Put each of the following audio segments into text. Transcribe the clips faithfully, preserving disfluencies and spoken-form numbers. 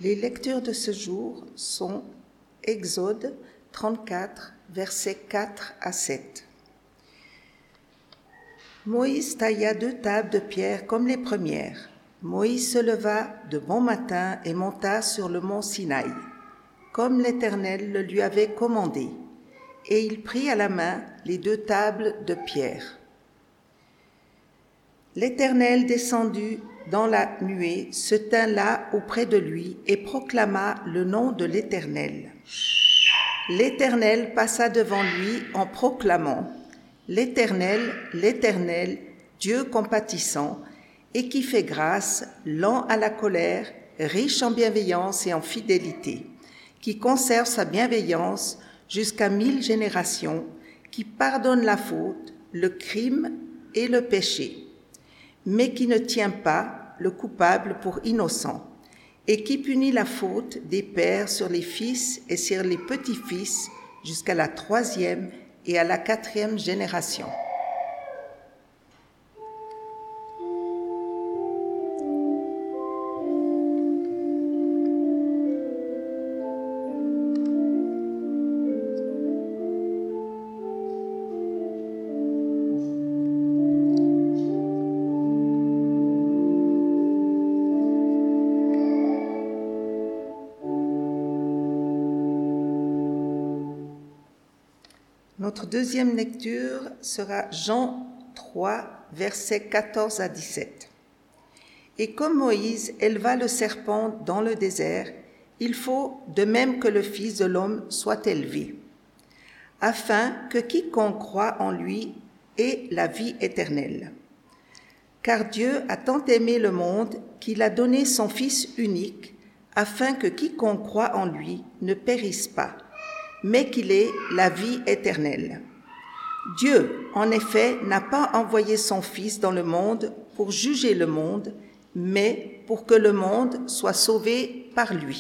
Les lectures de ce jour sont Exode trente-quatre, versets quatre à sept. Moïse tailla deux tables de pierre comme les premières. Moïse se leva de bon matin et monta sur le mont Sinaï, comme l'Éternel le lui avait commandé, et il prit à la main les deux tables de pierre. L'Éternel descendit dans la nuée, se tint là auprès de lui et proclama le nom de l'Éternel. L'Éternel passa devant lui en proclamant « L'Éternel, l'Éternel, Dieu compatissant, et qui fait grâce, lent à la colère, riche en bienveillance et en fidélité, qui conserve sa bienveillance jusqu'à mille générations, qui pardonne la faute, le crime et le péché, mais qui ne tient pas le coupable pour innocent, et qui punit la faute des pères sur les fils et sur les petits-fils jusqu'à la troisième et à la quatrième génération. » Notre deuxième lecture sera Jean trois, versets quatorze à dix-sept. « Et comme Moïse éleva le serpent dans le désert, il faut, de même que le Fils de l'homme, soit élevé, afin que quiconque croit en lui ait la vie éternelle. Car Dieu a tant aimé le monde qu'il a donné son Fils unique, afin que quiconque croit en lui ne périsse pas, mais qu'il ait la vie éternelle. Dieu, en effet, n'a pas envoyé son Fils dans le monde pour juger le monde, mais pour que le monde soit sauvé par lui. »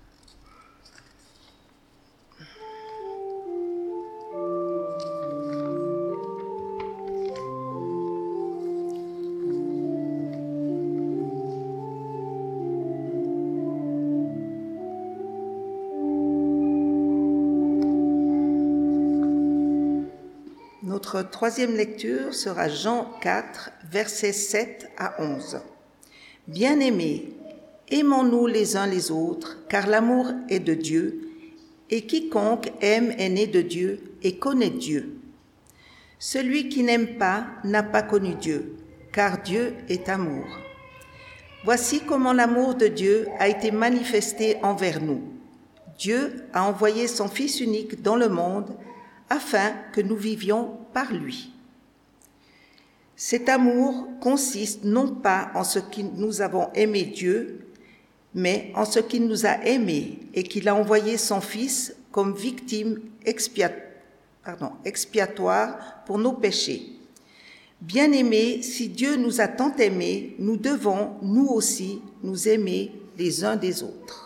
Notre troisième lecture sera Jean quatre, versets sept à onze. « Bien-aimés, aimons-nous les uns les autres, car l'amour est de Dieu, et quiconque aime est né de Dieu et connaît Dieu. Celui qui n'aime pas n'a pas connu Dieu, car Dieu est amour. Voici comment l'amour de Dieu a été manifesté envers nous. Dieu a envoyé son Fils unique dans le monde afin que nous vivions par lui. Cet amour consiste non pas en ce que nous avons aimé Dieu, mais en ce qu'il nous a aimés et qu'il a envoyé son Fils comme victime expia... Pardon, expiatoire pour nos péchés. Bien-aimés, si Dieu nous a tant aimés, nous devons, nous aussi, nous aimer les uns des autres.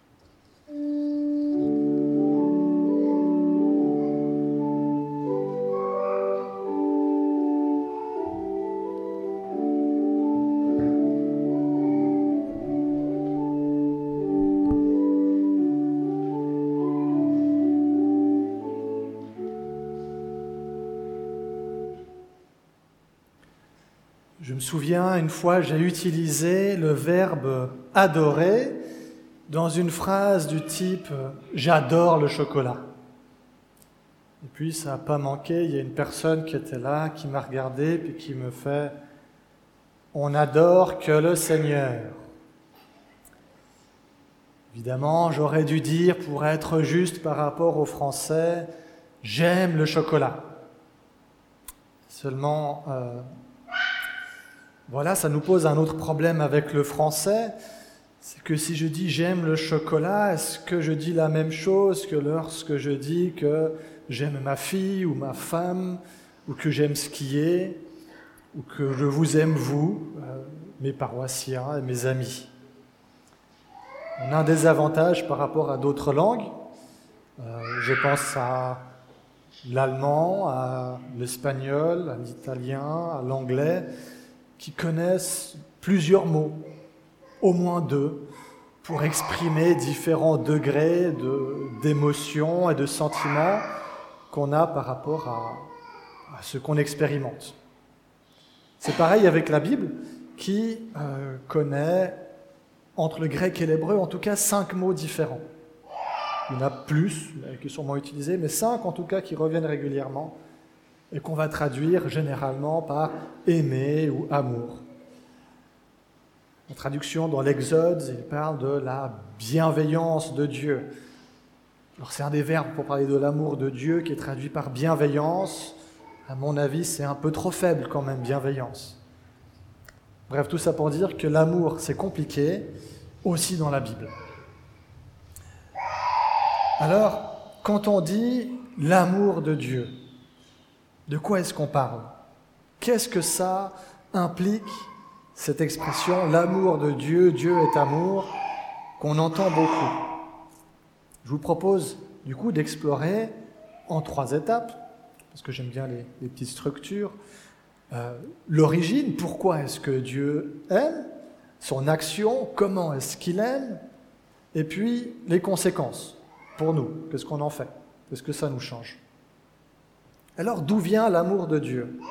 Je me souviens, une fois, j'ai utilisé le verbe « adorer » dans une phrase du type « j'adore le chocolat ». Et puis, ça n'a pas manqué, il y a une personne qui était là, qui m'a regardé, puis qui me fait « on n'adore que le Seigneur ». Évidemment, j'aurais dû dire, pour être juste par rapport aux Français, « j'aime le chocolat ». Seulement... Euh, Voilà, ça nous pose un autre problème avec le français, c'est que si je dis « j'aime le chocolat », est-ce que je dis la même chose que lorsque je dis que j'aime ma fille ou ma femme, ou que j'aime skier, ou que je vous aime vous, euh, mes paroissiens et mes amis. On a un désavantage par rapport à d'autres langues. Euh, je pense à l'allemand, à l'espagnol, à l'italien, à l'anglais, qui connaissent plusieurs mots, au moins deux, pour exprimer différents degrés de, d'émotions et de sentiments qu'on a par rapport à, à ce qu'on expérimente. C'est pareil avec la Bible qui euh, connaît, entre le grec et l'hébreu, en tout cas cinq mots différents. Il y en a plus qui sont moins utilisés, mais cinq en tout cas qui reviennent régulièrement et qu'on va traduire généralement par aimer ou amour. La traduction dans l'Exode, il parle de la bienveillance de Dieu. Alors c'est un des verbes pour parler de l'amour de Dieu qui est traduit par bienveillance. À mon avis, c'est un peu trop faible quand même, bienveillance. Bref, tout ça pour dire que l'amour, c'est compliqué, aussi dans la Bible. Alors, quand on dit l'amour de Dieu, de quoi est-ce qu'on parle? Qu'est-ce que ça implique, cette expression, l'amour de Dieu, Dieu est amour, qu'on entend beaucoup? Je vous propose du coup d'explorer en trois étapes, parce que j'aime bien les, les petites structures, euh, l'origine, pourquoi est-ce que Dieu aime, son action, comment est-ce qu'il aime, et puis les conséquences pour nous, qu'est-ce qu'on en fait, qu'est-ce que ça nous change. Alors d'où vient l'amour de Dieu?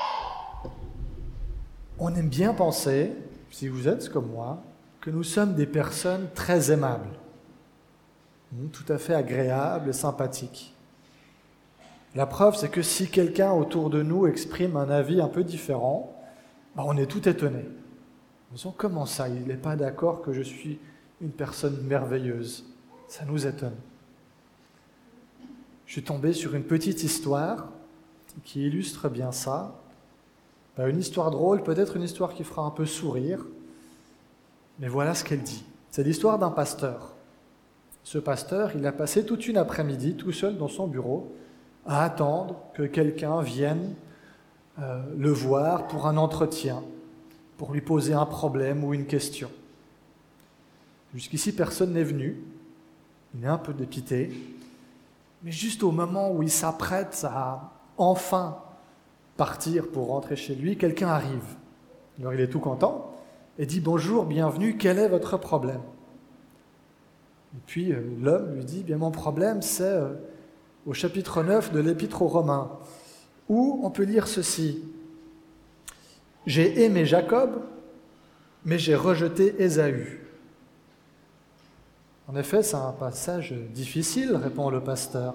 On aime bien penser, si vous êtes comme moi, que nous sommes des personnes très aimables, tout à fait agréables et sympathiques. La preuve, c'est que si quelqu'un autour de nous exprime un avis un peu différent, ben on est tout étonné. On se dit, comment ça, il n'est pas d'accord que je suis une personne merveilleuse? Ça nous étonne. Je suis tombé sur une petite histoire qui illustre bien ça. Ben, une histoire drôle, peut-être une histoire qui fera un peu sourire, mais voilà ce qu'elle dit. C'est l'histoire d'un pasteur. Ce pasteur, il a passé toute une après-midi tout seul dans son bureau à attendre que quelqu'un vienne euh, le voir pour un entretien, pour lui poser un problème ou une question. Jusqu'ici, personne n'est venu. Il est un peu dépité. Mais juste au moment où il s'apprête à enfin partir pour rentrer chez lui, quelqu'un arrive. Alors il est tout content et dit « Bonjour, bienvenue, quel est votre problème ?» Et puis euh, l'homme lui dit « Bien, mon problème, c'est euh, au chapitre neuf de l'Épître aux Romains, où on peut lire ceci. « J'ai aimé Jacob, mais j'ai rejeté Ésaü. » En effet, c'est un passage difficile, répond le pasteur.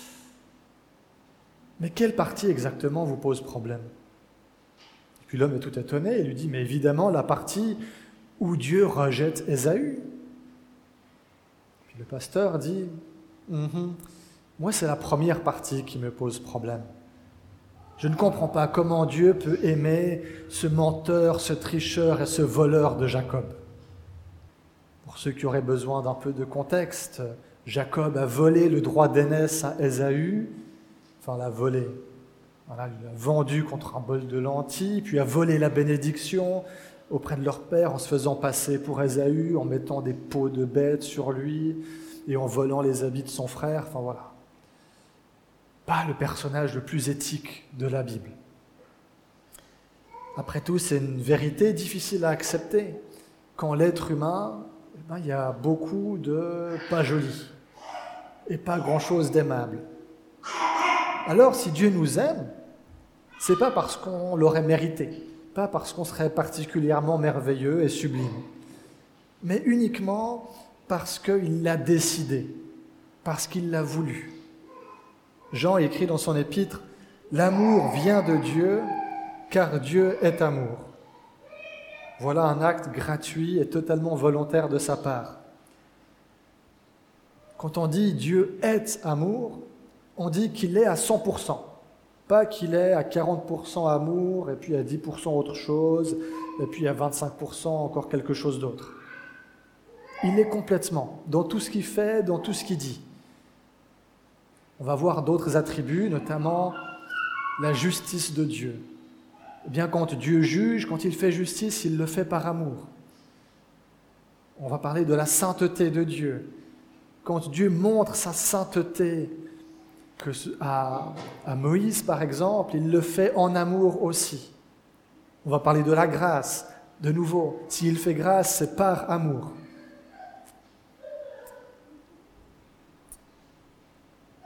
Mais quelle partie exactement vous pose problème? Et puis l'homme est tout étonné et lui dit, mais évidemment la partie où Dieu rejette Ésaü. Puis le pasteur dit, mm-hmm, moi c'est la première partie qui me pose problème. Je ne comprends pas comment Dieu peut aimer ce menteur, ce tricheur et ce voleur de Jacob. Pour ceux qui auraient besoin d'un peu de contexte, Jacob a volé le droit d'aînesse à Ésaü, enfin l'a volé, voilà, il l'a vendu contre un bol de lentilles, puis a volé la bénédiction auprès de leur père en se faisant passer pour Ésaü, en mettant des peaux de bêtes sur lui et en volant les habits de son frère, enfin voilà. Pas le personnage le plus éthique de la Bible. Après tout, c'est une vérité difficile à accepter. Quand l'être humain, eh ben, il y a beaucoup de pas joli et pas grand-chose d'aimable. Alors, si Dieu nous aime, c'est pas parce qu'on l'aurait mérité, pas parce qu'on serait particulièrement merveilleux et sublime, mais uniquement parce qu'il l'a décidé, parce qu'il l'a voulu. Jean écrit dans son épître « L'amour vient de Dieu, car Dieu est amour ». Voilà un acte gratuit et totalement volontaire de sa part. Quand on dit « Dieu est amour », on dit qu'il est à cent pour cent, pas qu'il est à quarante pour cent amour, et puis à dix pour cent autre chose, et puis à vingt-cinq pour cent encore quelque chose d'autre. Il est complètement dans tout ce qu'il fait, dans tout ce qu'il dit. On va voir d'autres attributs, notamment la justice de Dieu. Eh bien, quand Dieu juge, quand il fait justice, il le fait par amour. On va parler de la sainteté de Dieu. Quand Dieu montre sa sainteté que à, à Moïse, par exemple, il le fait en amour aussi. On va parler de la grâce. De nouveau, s'il fait grâce, c'est par amour.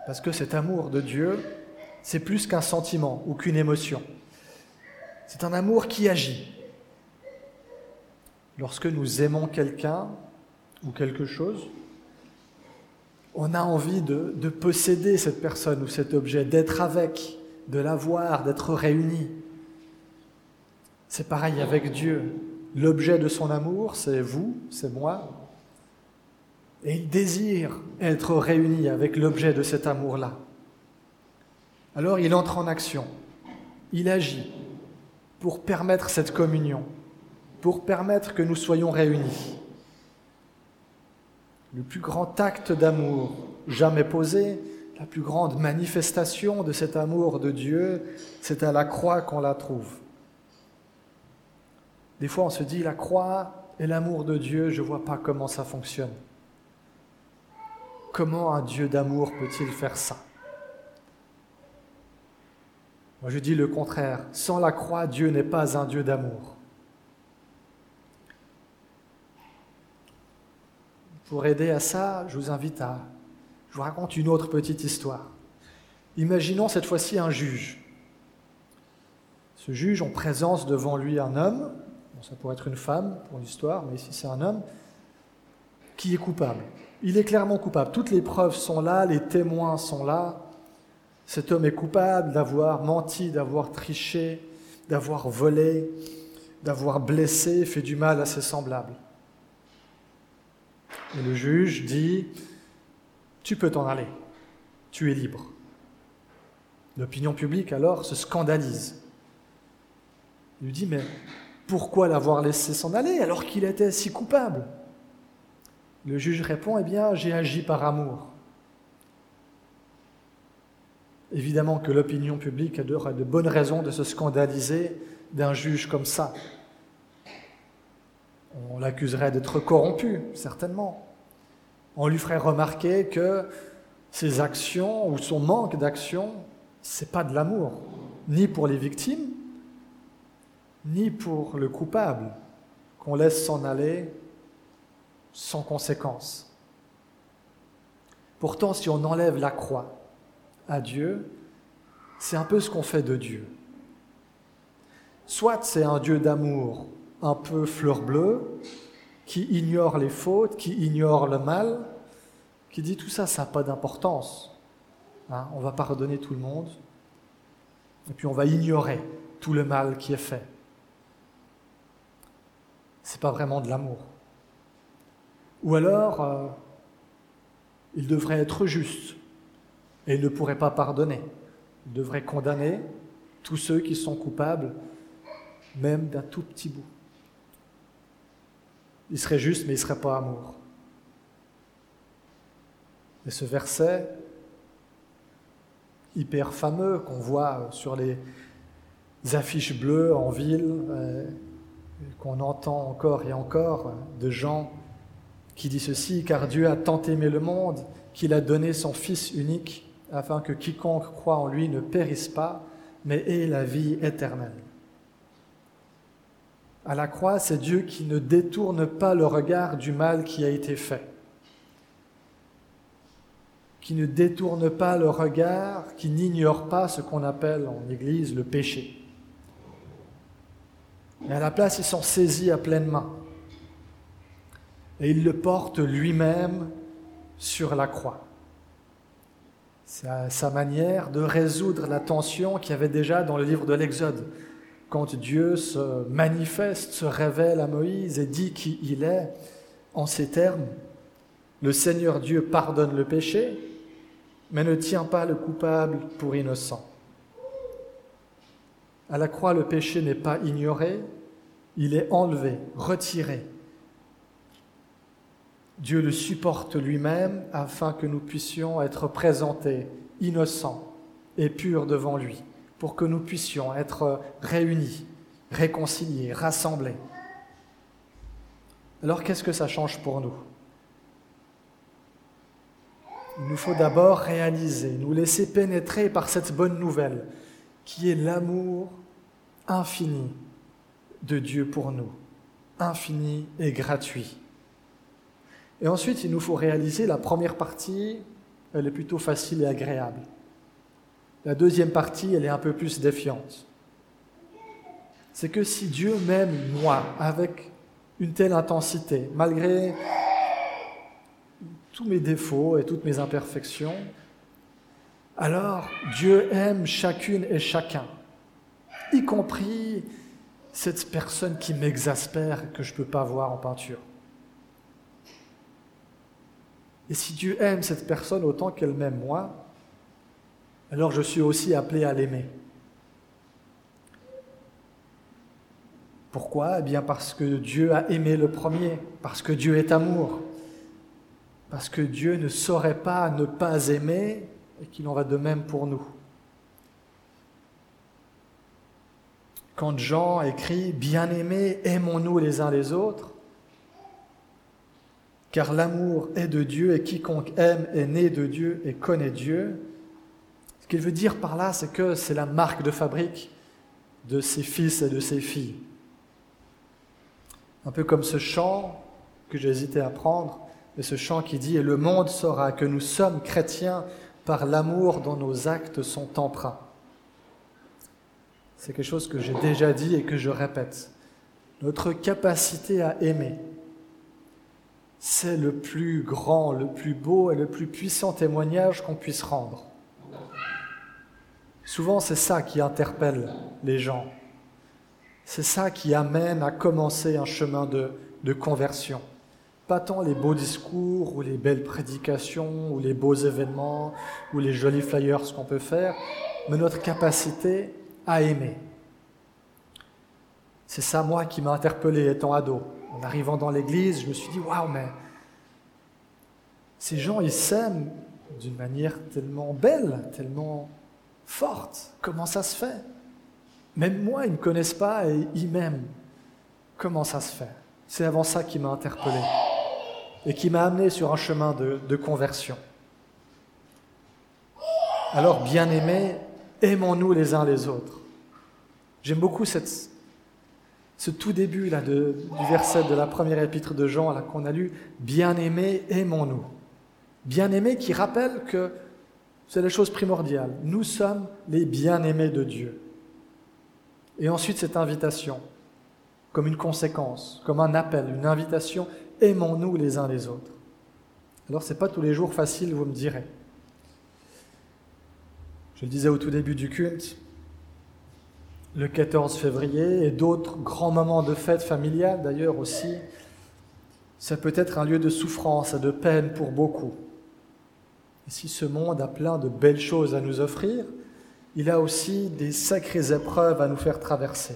Parce que cet amour de Dieu, c'est plus qu'un sentiment ou qu'une émotion. C'est un amour qui agit. Lorsque nous aimons quelqu'un ou quelque chose, on a envie de, de posséder cette personne ou cet objet, d'être avec, de l'avoir, d'être réunis. C'est pareil avec Dieu. L'objet de son amour, c'est vous, c'est moi. Et il désire être réuni avec l'objet de cet amour-là. Alors il entre en action, il agit pour permettre cette communion, pour permettre que nous soyons réunis. Le plus grand acte d'amour jamais posé, la plus grande manifestation de cet amour de Dieu, c'est à la croix qu'on la trouve. Des fois on se dit, la croix et l'amour de Dieu, je ne vois pas comment ça fonctionne. Comment un Dieu d'amour peut-il faire ça ? Moi, je dis le contraire. Sans la croix, Dieu n'est pas un Dieu d'amour. Pour aider à ça, je vous invite à... Je vous raconte une autre petite histoire. Imaginons cette fois-ci un juge. Ce juge, on présence devant lui un homme, bon, ça pourrait être une femme pour l'histoire, mais ici c'est un homme, qui est coupable. Il est clairement coupable. Toutes les preuves sont là, les témoins sont là. Cet homme est coupable d'avoir menti, d'avoir triché, d'avoir volé, d'avoir blessé, fait du mal à ses semblables. Et le juge dit, tu peux t'en aller, tu es libre. L'opinion publique alors se scandalise. Il lui dit, mais pourquoi l'avoir laissé s'en aller alors qu'il était si coupable ? Le juge répond, eh bien, j'ai agi par amour. Évidemment que l'opinion publique aurait de bonnes raisons de se scandaliser d'un juge comme ça. On l'accuserait d'être corrompu, certainement. On lui ferait remarquer que ses actions ou son manque d'action, c'est pas de l'amour, ni pour les victimes, ni pour le coupable, qu'on laisse s'en aller sans conséquence. Pourtant, si on enlève la croix à Dieu, c'est un peu ce qu'on fait de Dieu. Soit c'est un Dieu d'amour un peu fleur bleue, qui ignore les fautes, qui ignore le mal, qui dit tout ça, ça n'a pas d'importance. Hein, on va pardonner tout le monde, et puis on va ignorer tout le mal qui est fait. C'est pas vraiment de l'amour. Ou alors, euh, il devrait être juste, et il ne pourrait pas pardonner. Il devrait condamner tous ceux qui sont coupables, même d'un tout petit bout. Il serait juste, mais il ne serait pas amour. Et ce verset, hyper fameux, qu'on voit sur les affiches bleues en ville, euh, qu'on entend encore et encore de gens qui disent ceci, « Car Dieu a tant aimé le monde qu'il a donné son Fils unique, afin que quiconque croit en lui ne périsse pas, mais ait la vie éternelle. » À la croix, c'est Dieu qui ne détourne pas le regard du mal qui a été fait, qui ne détourne pas le regard, qui n'ignore pas ce qu'on appelle en Église le péché. Et à la place, ils sont saisis à pleine main. Et il le porte lui-même sur la croix. C'est sa manière de résoudre la tension qu'il y avait déjà dans le livre de l'Exode. Quand Dieu se manifeste, se révèle à Moïse et dit qui il est, en ces termes, le Seigneur Dieu pardonne le péché, mais ne tient pas le coupable pour innocent. À la croix, le péché n'est pas ignoré, il est enlevé, retiré. Dieu le supporte lui-même afin que nous puissions être présentés innocents et purs devant lui, pour que nous puissions être réunis, réconciliés, rassemblés. Alors qu'est-ce que ça change pour nous ? Il nous faut d'abord réaliser, nous laisser pénétrer par cette bonne nouvelle, qui est l'amour infini de Dieu pour nous, infini et gratuit. Et ensuite, il nous faut réaliser la première partie elle est plutôt facile et agréable. La deuxième partie, elle est un peu plus défiante. C'est que si Dieu m'aime, moi, avec une telle intensité, malgré tous mes défauts et toutes mes imperfections, alors Dieu aime chacune et chacun, y compris cette personne qui m'exaspère et que je ne peux pas voir en peinture. Et si Dieu aime cette personne autant qu'elle m'aime moi, alors je suis aussi appelé à l'aimer. Pourquoi ? Eh bien parce que Dieu a aimé le premier, parce que Dieu est amour, parce que Dieu ne saurait pas ne pas aimer et qu'il en va de même pour nous. Quand Jean écrit « Bien-aimés, aimons-nous les uns les autres », car l'amour est de Dieu et quiconque aime est né de Dieu et connaît Dieu. Ce qu'il veut dire par là, c'est que c'est la marque de fabrique de ses fils et de ses filles. Un peu comme ce chant que j'ai hésité à prendre, et ce chant qui dit « Et le monde saura que nous sommes chrétiens par l'amour dont nos actes sont empreints. » C'est quelque chose que j'ai déjà dit et que je répète. Notre capacité à aimer, c'est le plus grand, le plus beau et le plus puissant témoignage qu'on puisse rendre. Souvent, c'est ça qui interpelle les gens. C'est ça qui amène à commencer un chemin de, de conversion. Pas tant les beaux discours ou les belles prédications ou les beaux événements ou les jolis flyers qu'on peut faire, mais notre capacité à aimer. C'est ça, moi, qui m'a interpellé étant ado. En arrivant dans l'église, je me suis dit « Waouh, mais ces gens, ils s'aiment d'une manière tellement belle, tellement forte. Comment ça se fait ? Même moi, ils ne me connaissent pas et ils m'aiment. Comment ça se fait ?» C'est avant ça qui m'a interpellé et qui m'a amené sur un chemin de, de conversion. Alors, bien-aimés, aimons-nous les uns les autres. J'aime beaucoup cette, ce tout début là, de, du verset de la première épître de Jean là, qu'on a lu, « Bien-aimés, aimons-nous ». Bien-aimés qui rappelle que c'est la chose primordiale. Nous sommes les bien-aimés de Dieu. Et ensuite, cette invitation, comme une conséquence, comme un appel, une invitation, aimons-nous les uns les autres. Alors, ce n'est pas tous les jours facile, vous me direz. Je le disais au tout début du culte, le quatorze février et d'autres grands moments de fête familiale d'ailleurs aussi, ça peut être un lieu de souffrance et de peine pour beaucoup. Et si ce monde a plein de belles choses à nous offrir, il a aussi des sacrées épreuves à nous faire traverser.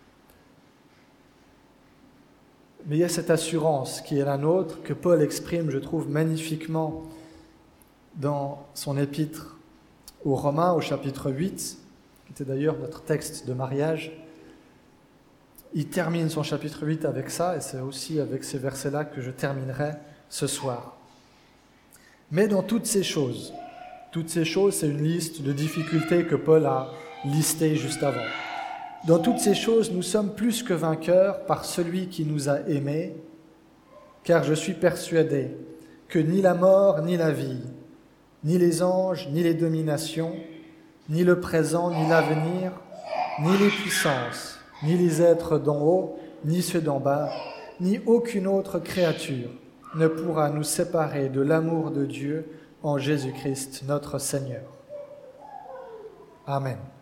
Mais il y a cette assurance qui est la nôtre, que Paul exprime, je trouve, magnifiquement dans son épître aux Romains, au chapitre huit, qui était d'ailleurs notre texte de mariage. Il termine son chapitre huit avec ça, et c'est aussi avec ces versets-là que je terminerai ce soir. Mais dans toutes ces choses, toutes ces choses, c'est une liste de difficultés que Paul a listées juste avant. Dans toutes ces choses, nous sommes plus que vainqueurs par celui qui nous a aimés, car je suis persuadé que ni la mort, ni la vie, ni les anges, ni les dominations, ni le présent, ni l'avenir, ni les puissances, ni les êtres d'en haut, ni ceux d'en bas, ni aucune autre créature ne pourra nous séparer de l'amour de Dieu en Jésus-Christ, notre Seigneur. Amen.